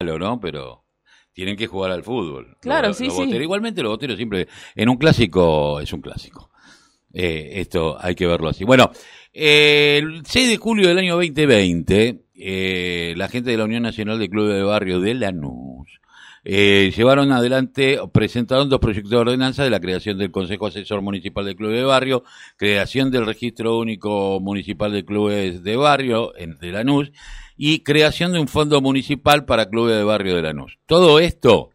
malo, ¿no? Pero tienen que jugar al fútbol. Claro, Los boteros. Igualmente los boteros siempre, en un clásico es un clásico. Esto hay que verlo así. Bueno, el 6 de julio del año 2020, la gente de la Unión Nacional de Clubes de Barrio de Lanús llevaron adelante, presentaron 2 proyectos de ordenanza de la creación del Consejo Asesor Municipal de Clubes de Barrio, creación del Registro Único Municipal de Clubes de Barrio de Lanús y creación de un fondo municipal para clubes de barrio de Lanús. Todo esto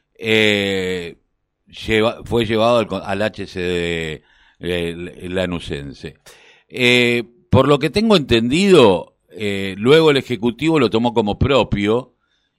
fue llevado al HCD lanusense. Por lo que tengo entendido, luego el Ejecutivo lo tomó como propio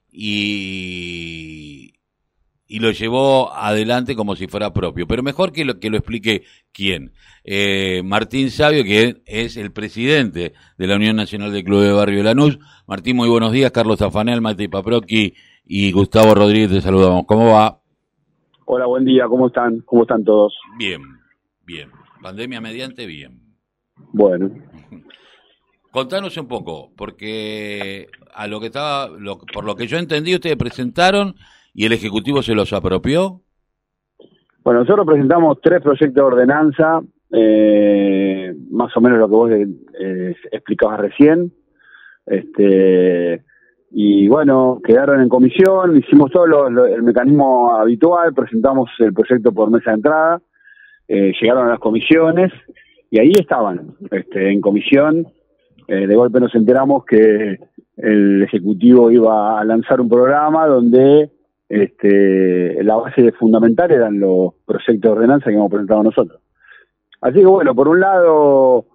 y lo llevó adelante como si fuera propio. Pero mejor que lo explique quién. Martín Sabio, que es el presidente de la Unión Nacional de Clubes de Barrio de Lanús. Martín, muy buenos días. Carlos Tafanel, Mati Paprocki y Gustavo Rodríguez, te saludamos. ¿Cómo va? Hola, buen día. ¿Cómo están? ¿Cómo están todos? Bien. Pandemia mediante, bien. Bueno. Contanos un poco, porque por lo que yo entendí, ustedes presentaron y el Ejecutivo se los apropió. Bueno, nosotros presentamos 3 proyectos de ordenanza, más o menos lo que vos explicabas recién. Y bueno, quedaron en comisión, hicimos todo el mecanismo habitual, presentamos el proyecto por mesa de entrada, llegaron a las comisiones y ahí estaban, en comisión. De golpe nos enteramos que el Ejecutivo iba a lanzar un programa donde la base fundamental eran los proyectos de ordenanza que hemos presentado nosotros. Así que bueno, por un lado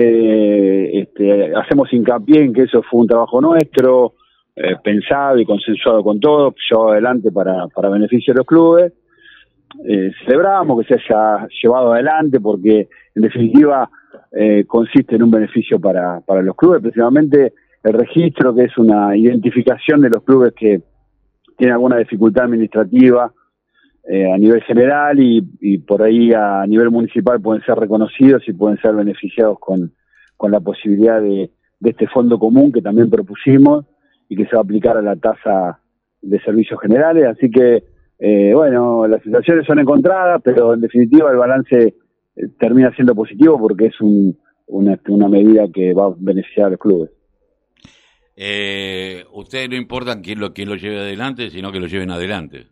hacemos hincapié en que eso fue un trabajo nuestro, pensado y consensuado con todos, llevado adelante para beneficio de los clubes. Celebramos que se haya llevado adelante porque en definitiva consiste en un beneficio para los clubes, principalmente el registro, que es una identificación de los clubes que tienen alguna dificultad administrativa a nivel general y por ahí a nivel municipal pueden ser reconocidos y pueden ser beneficiados con la posibilidad de este fondo común que también propusimos y que se va a aplicar a la tasa de servicios generales. Así que bueno, las situaciones son encontradas, pero en definitiva el balance termina siendo positivo porque es una medida que va a beneficiar a los clubes. Ustedes no importan quién lo lleve adelante, sino que lo lleven adelante.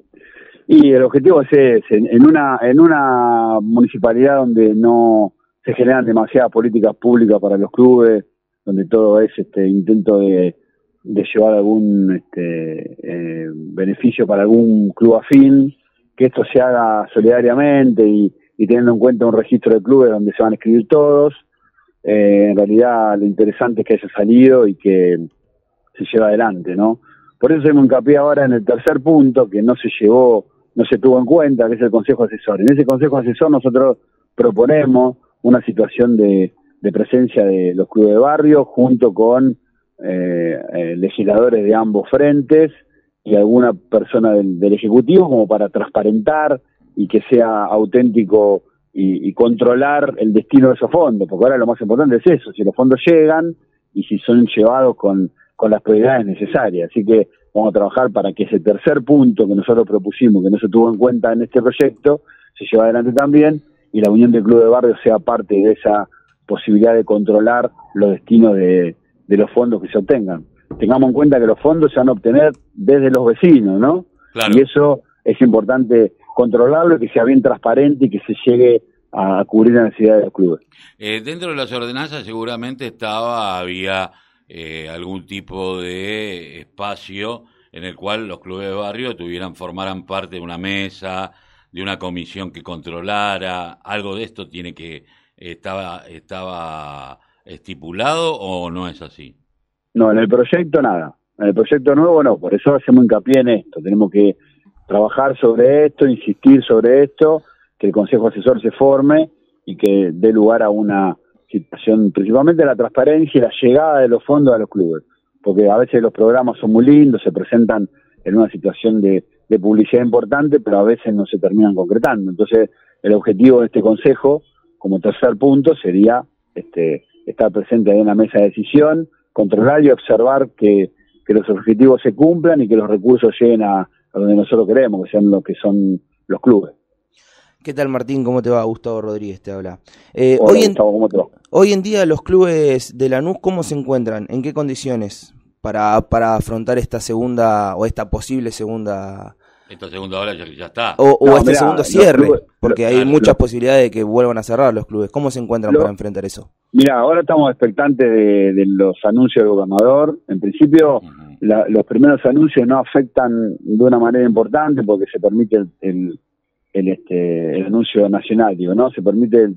Y el objetivo es ese, en una municipalidad donde no se generan demasiadas políticas públicas para los clubes, donde todo es intento de llevar algún beneficio para algún club afín, que esto se haga solidariamente y teniendo en cuenta un registro de clubes donde se van a escribir todos. En realidad lo interesante es que haya salido y que se lleve adelante, ¿no? Por eso hacemos hincapié ahora en el tercer punto, que no se tuvo en cuenta, que es el Consejo Asesor. En ese Consejo Asesor nosotros proponemos una situación de presencia de los clubes de barrio junto con legisladores de ambos frentes y alguna persona del Ejecutivo como para transparentar y que sea auténtico y controlar el destino de esos fondos, porque ahora lo más importante es eso, si los fondos llegan y si son llevados con las prioridades necesarias. Así que vamos a trabajar para que ese tercer punto que nosotros propusimos, que no se tuvo en cuenta en este proyecto, se lleve adelante también y la Unión de Clubes de Barrio sea parte de esa posibilidad de controlar los destinos de los fondos que se obtengan. Tengamos en cuenta que los fondos se van a obtener desde los vecinos, ¿no? Claro. Y eso es importante controlarlo y que sea bien transparente y que se llegue a cubrir la necesidad de los clubes. Dentro de las ordenanzas seguramente había algún tipo de espacio en el cual los clubes de barrio formaran parte de una mesa, de una comisión que controlara. ¿Algo de esto estaba estipulado o no es así? No, en el proyecto nada. En el proyecto nuevo no, por eso hacemos hincapié en esto. Tenemos que trabajar sobre esto, insistir sobre esto, que el Consejo Asesor se forme y que dé lugar a una situación, principalmente la transparencia y la llegada de los fondos a los clubes. Porque a veces los programas son muy lindos, se presentan en una situación de publicidad importante, pero a veces no se terminan concretando. Entonces, el objetivo de este Consejo, como tercer punto, sería estar presente en una mesa de decisión, controlar y observar que que los objetivos se cumplan y que los recursos lleguen a donde nosotros queremos, que sean lo que son los clubes. ¿Qué tal, Martín? ¿Cómo te va? Gustavo Rodríguez te habla. Hola, Gustavo, ¿cómo te va? Hoy en día los clubes de Lanús, ¿cómo se encuentran? ¿En qué condiciones para afrontar esta segunda o esta posible segunda? Esta segunda hora ya está. Este segundo cierre, porque hay muchas posibilidades de que vuelvan a cerrar los clubes. ¿Cómo se encuentran para enfrentar eso? Mira, ahora estamos expectantes de los anuncios del gobernador. En principio, los primeros anuncios no afectan de una manera importante porque se permite el anuncio nacional, digo, ¿no? Se permite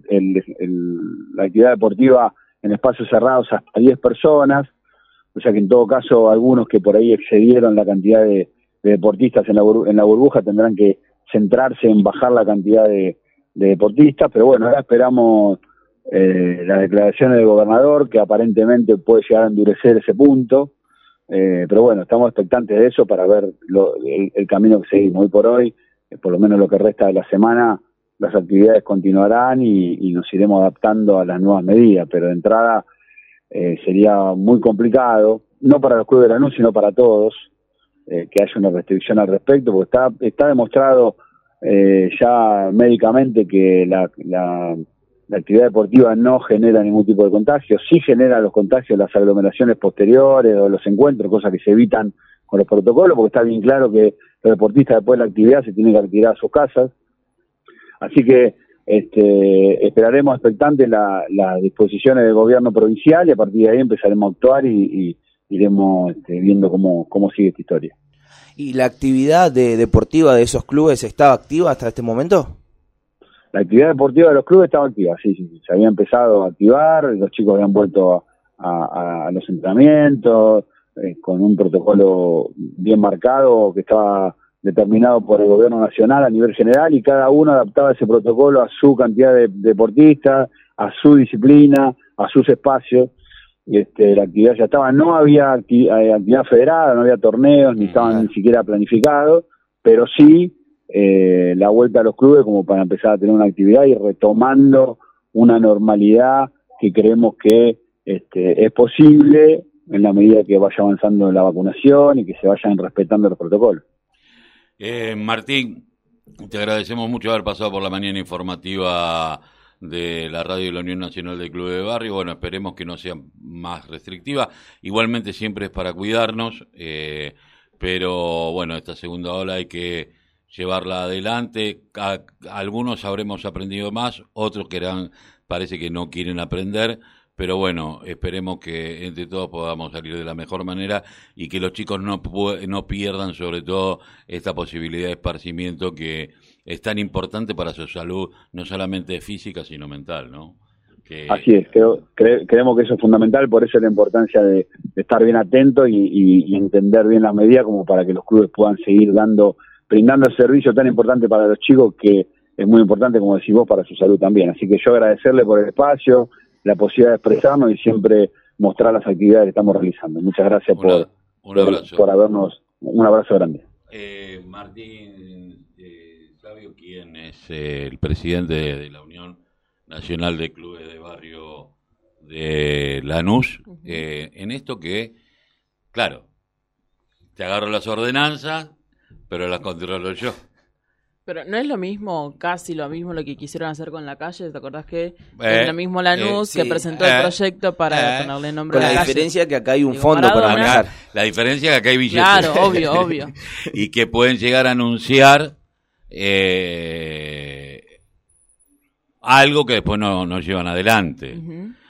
la actividad deportiva en espacios cerrados hasta 10 personas, o sea que en todo caso algunos que por ahí excedieron la cantidad de deportistas en la burbuja tendrán que centrarse en bajar la cantidad de deportistas, pero bueno, ahora esperamos las declaraciones del gobernador, que aparentemente puede llegar a endurecer ese punto, pero bueno, estamos expectantes de eso para ver el camino que seguimos. Hoy por hoy, por lo menos lo que resta de la semana, las actividades continuarán y nos iremos adaptando a las nuevas medidas, pero de entrada sería muy complicado, no para los clubes de Lanús, sino para todos, que haya una restricción al respecto, porque está demostrado ya médicamente que la actividad deportiva no genera ningún tipo de contagio, sí genera los contagios, las aglomeraciones posteriores o los encuentros, cosas que se evitan con los protocolos, porque está bien claro que los deportistas después de la actividad se tienen que retirar a sus casas. Así que esperaremos expectantes las disposiciones del gobierno provincial y a partir de ahí empezaremos a actuar y iremos viendo cómo sigue esta historia. ¿Y la actividad deportiva de esos clubes estaba activa hasta este momento? La actividad deportiva de los clubes estaba activa, sí. Se había empezado a activar, los chicos habían vuelto a los entrenamientos, con un protocolo bien marcado que estaba determinado por el gobierno nacional a nivel general y cada uno adaptaba ese protocolo a su cantidad de deportistas, a su disciplina, a sus espacios. La actividad ya estaba, no había actividad federada, no había torneos, ni estaban ni siquiera planificados, pero sí la vuelta a los clubes como para empezar a tener una actividad y retomando una normalidad que creemos que es posible en la medida que vaya avanzando la vacunación y que se vayan respetando los protocolos. Martín, te agradecemos mucho haber pasado por la mañana informativa de la radio de la Unión Nacional de Clubes de Barrio. Bueno, esperemos que no sea más restrictiva. Igualmente siempre es para cuidarnos, pero bueno, esta segunda ola hay que llevarla adelante. Algunos habremos aprendido más, otros parece que no quieren aprender, pero bueno, esperemos que entre todos podamos salir de la mejor manera y que los chicos no pierdan sobre todo esta posibilidad de esparcimiento que es tan importante para su salud, no solamente física, sino mental, ¿no? Así es, creemos que eso es fundamental, por eso la importancia de estar bien atentos y entender bien las medidas como para que los clubes puedan seguir brindando el servicio tan importante para los chicos que es muy importante, como decís vos, para su salud también. Así que yo agradecerle por el espacio, la posibilidad de expresarnos y siempre mostrar las actividades que estamos realizando. Muchas gracias por habernos... Un abrazo grande. Martín, Flavio, ¿quién es el presidente de la Unión Nacional de Clubes de Barrio de Lanús? En esto que, claro, te agarro las ordenanzas, pero las controlo yo. Pero no es lo mismo, casi lo mismo lo que quisieron hacer con la calle. ¿Te acordás que es lo mismo Lanús que presentó el proyecto para ponerle nombre a la calle? Con la diferencia que acá hay un fondo para manejar. La diferencia que acá hay billetes. Claro, obvio. Y que pueden llegar a anunciar algo que después no llevan adelante.